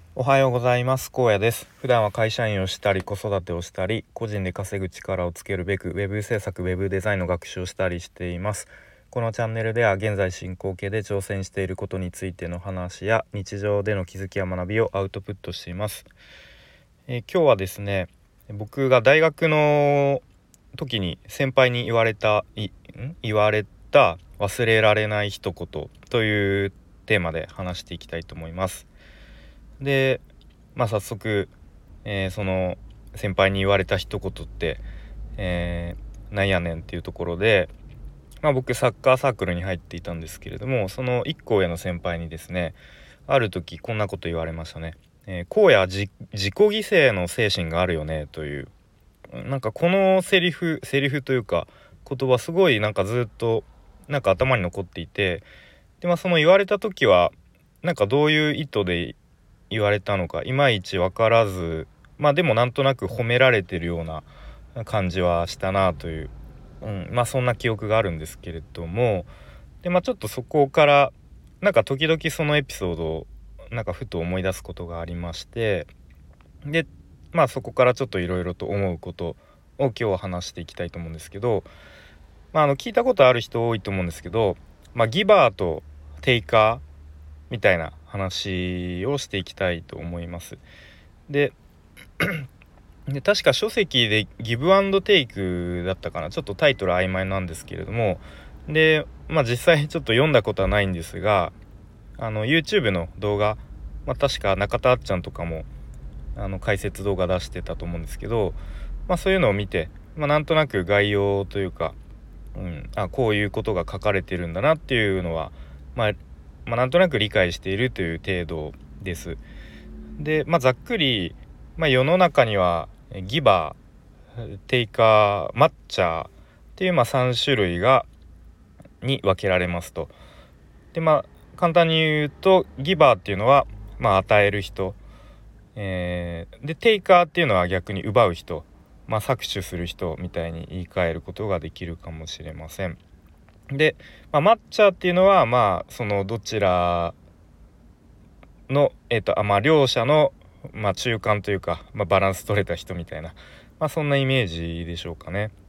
おはようございます。荒野です。普段は会社員をしたり子育てをしたり個人で稼ぐ力をつけるべくウェブ制作ウェブデザインの学習をしたりしています。このチャンネルでは現在進行形で挑戦していることについての話や日常での気づきや学びをアウトプットしています。今日はですね、僕が大学の時に先輩に言われた忘れられない一言というテーマで話していきたいと思います。で、早速、その先輩に言われた一言って、なんやねんっていうところで、僕サッカーサークルに入っていたんですけれども、その一個上の先輩にですね、ある時こんなこと言われましたね。荒野自己犠牲の精神があるよねという、このセリフというか言葉すごいずっと頭に残っていて、でその言われた時はどういう意図で言われたのかいまいち分からず、でもなんとなく褒められてるような感じはしたなという、そんな記憶があるんですけれども、でちょっとそこから時々そのエピソードをふと思い出すことがありまして、でそこからちょっといろいろと思うことを今日は話していきたいと思うんですけど、聞いたことある人多いと思うんですけど、ギバーとテイカーみたいな話をしていきたいと思います。で確か書籍でギブアンドテイクだったかな、ちょっとタイトル曖昧なんですけれども、で実際ちょっと読んだことはないんですが、YouTube の動画、確か中田あっちゃんとかも解説動画出してたと思うんですけど、そういうのを見て、なんとなく概要というか、こういうことが書かれてるんだなっていうのは、なんとなく理解しているという程度です。で、ざっくり、世の中にはギバー、テイカー、マッチャーっていう3種類に分けられますと。で簡単に言うとギバーっていうのは与える人、でテイカーっていうのは逆に奪う人、搾取する人みたいに言い換えることができるかもしれません。で、マッチャーっていうのはそのどちらの両者の中間というか、バランス取れた人みたいな、そんなイメージでしょうかね。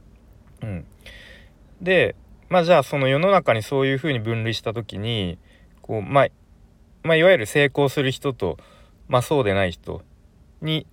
でじゃあその世の中にそういうふうに分類した時にこういわゆる成功する人と、そうでない人に、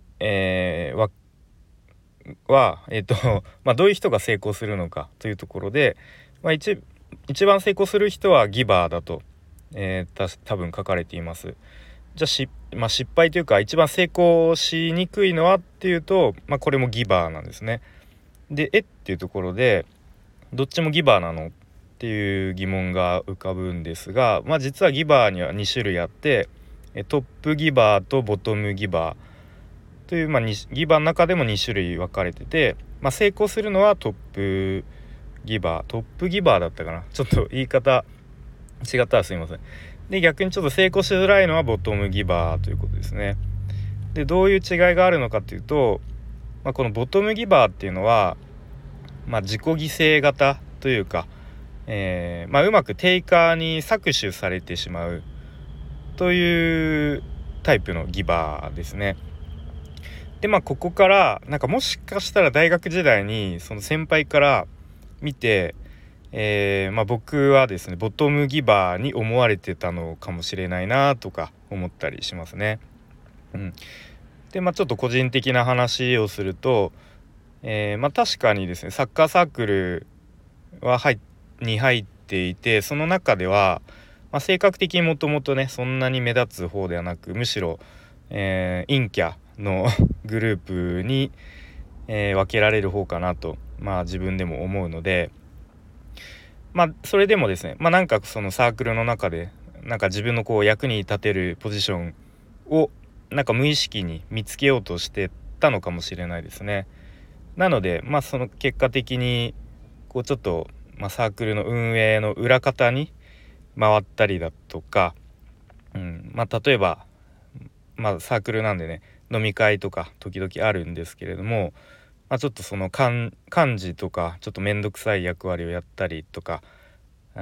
どういう人が成功するのかというところで、一番成功する人はギバーだと、多分書かれています。じゃあ失敗というか一番成功しにくいのはっていうと、これもギバーなんですね。でっていうところでどっちもギバーなのっていう疑問が浮かぶんですが、実はギバーには2種類あって、トップギバーとボトムギバーという、ギバーの中でも2種類分かれてて、成功するのはトップギバーだったかな、ちょっと言い方違ったらすいません。で逆にちょっと成功しづらいのはボトムギバーということですね。でどういう違いがあるのかというと、このボトムギバーっていうのは、自己犠牲型というか、うまくテイカーに搾取されてしまうというタイプのギバーですね。でここからもしかしたら大学時代にその先輩から見て、僕はですねボトムギバーに思われてたのかもしれないなとか思ったりしますね。でちょっと個人的な話をすると、確かにですねサッカーサークルに入っていて、その中では、性格的にもともとねそんなに目立つ方ではなく、むしろ、陰キャのグループに、分けられる方かなと、自分でも思うので、それでもですね、そのサークルの中で自分の役に立てるポジションを無意識に見つけようとしてたのかもしれないですね。なのでその結果的にちょっと、サークルの運営の裏方に回ったりだとか、例えば、サークルなんでね飲み会とか時々あるんですけれども、ちょっとその幹事とかちょっと面倒くさい役割をやったりとか、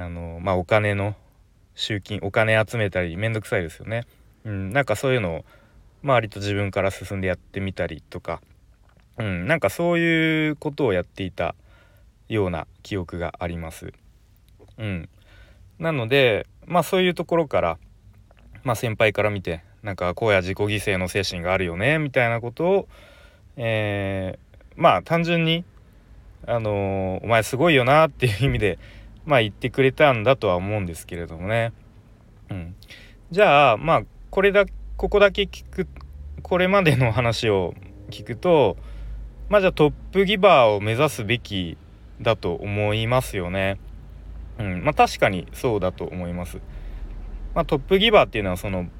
お金の集金、お金集めたり面倒くさいですよね。そういうのを割と自分から進んでやってみたりとか、なんかそういうことをやっていたような記憶があります。なのでそういうところから、先輩から見てなんかこうや自己犠牲の精神があるよねみたいなことを、単純にお前すごいよなっていう意味で言ってくれたんだとは思うんですけれどもね。じゃあここだけ聞く、これまでの話を聞くと、じゃあトップギバーを目指すべきだと思いますよね。確かにそうだと思います。トップギバーっていうのはその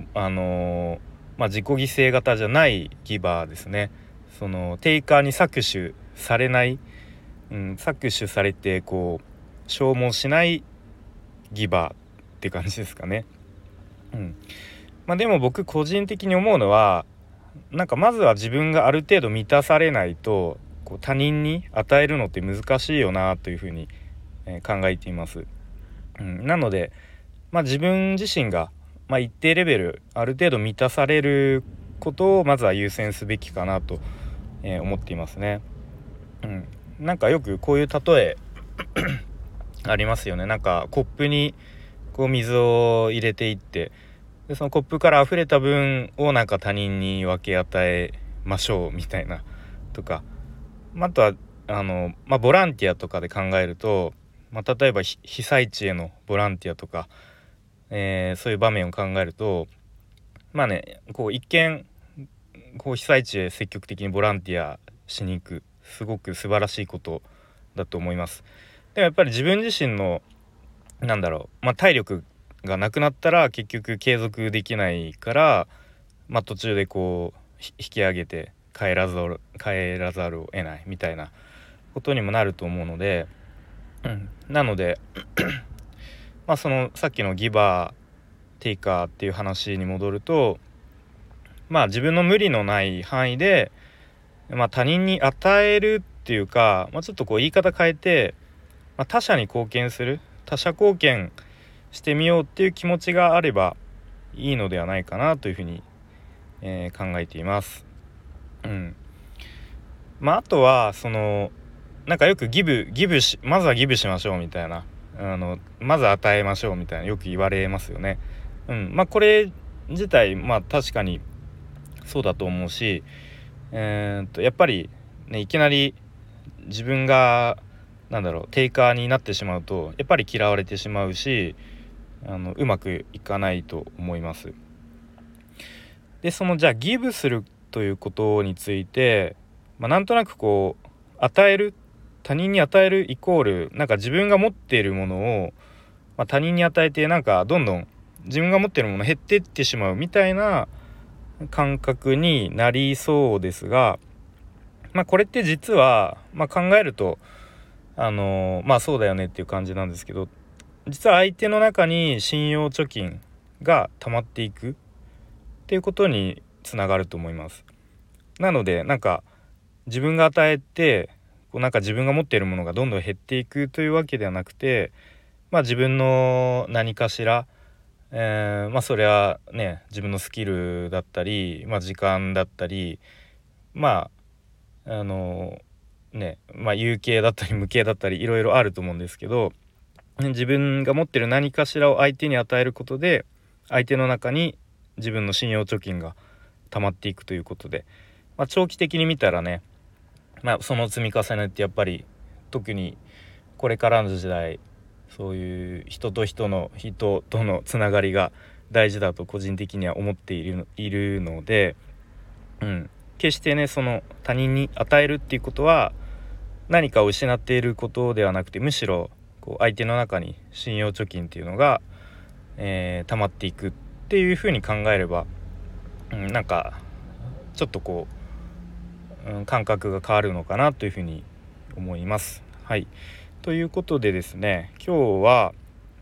自己犠牲型じゃないギバーですね。そのテイカーに搾取されない、搾取されてこう消耗しないギバーって感じですかね。でも僕個人的に思うのは、なんかまずは自分がある程度満たされないとこう他人に与えるのって難しいよなというふうに、考えています。なので、自分自身が、一定レベルある程度満たされることをまずは優先すべきかなと、思っていますね。なんかよくこういう例えありますよね。なんかコップにこう水を入れていって、でそのコップから溢れた分をなんか他人に分け与えましょうみたいなとか、あとはボランティアとかで考えると、例えば被災地へのボランティアとか、そういう場面を考えるとこう一見こう被災地へ積極的にボランティアしに行く、すごく素晴らしいことだと思います。でもやっぱり自分自身の体力がなくなったら結局継続できないから、途中でこう引き上げて帰らざるを得ないみたいなことにもなると思うので、なのでそのさっきのギバーテイカーっていう話に戻ると、自分の無理のない範囲で、他人に与えるっていうか、ちょっとこう言い方変えて、他者に貢献する、他者貢献してみようっていう気持ちがあればいいのではないかなというふうに、考えています。あとはそのなんかよくまずはギブしましょうみたいな、まず与えましょうみたいなよく言われますよね。これ自体確かにそうだと思うし、やっぱりね、いきなり自分がテイカーになってしまうとやっぱり嫌われてしまうし、うまくいかないと思います。でそのじゃあギブするということについて、なんとなくこう他人に与えるイコールなんか自分が持っているものを、他人に与えてなんかどんどん自分が持っているもの減っていってしまうみたいな感覚になりそうですが、これって実は、考えるとそうだよねっていう感じなんですけど、実は相手の中に信用貯金が溜まっていくっていうことにつながると思います。なのでなんか自分が与えてなんか自分が持っているものがどんどん減っていくというわけではなくて、自分の何かしら、それはね自分のスキルだったり、時間だったり有形だったり無形だったりいろいろあると思うんですけど、自分が持ってる何かしらを相手に与えることで相手の中に自分の信用貯金が溜まっていくということで、長期的に見たらね、その積み重ねってやっぱり特にこれからの時代、そういう人とのつながりが大事だと個人的には思っているので、決してねその他人に与えるっていうことは何かを失っていることではなくて、むしろこう相手の中に信用貯金っていうのが、溜まっていくっていうふうに考えれば、なんかちょっとこう、感覚が変わるのかなというふうに思います。ということでですね、今日は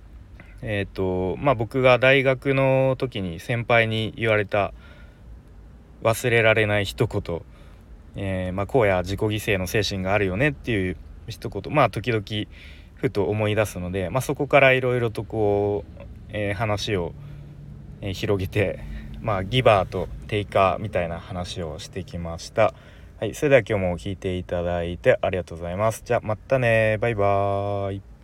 僕が大学の時に先輩に言われた忘れられない一言、こうや自己犠牲の精神があるよねっていう一言、時々ふと思い出すので、そこからいろいろとこう、話を、広げてギバーとテイカーみたいな話をしてきました。はい、それでは今日も聞いていただいてありがとうございます。じゃあまたね、バイバーイ。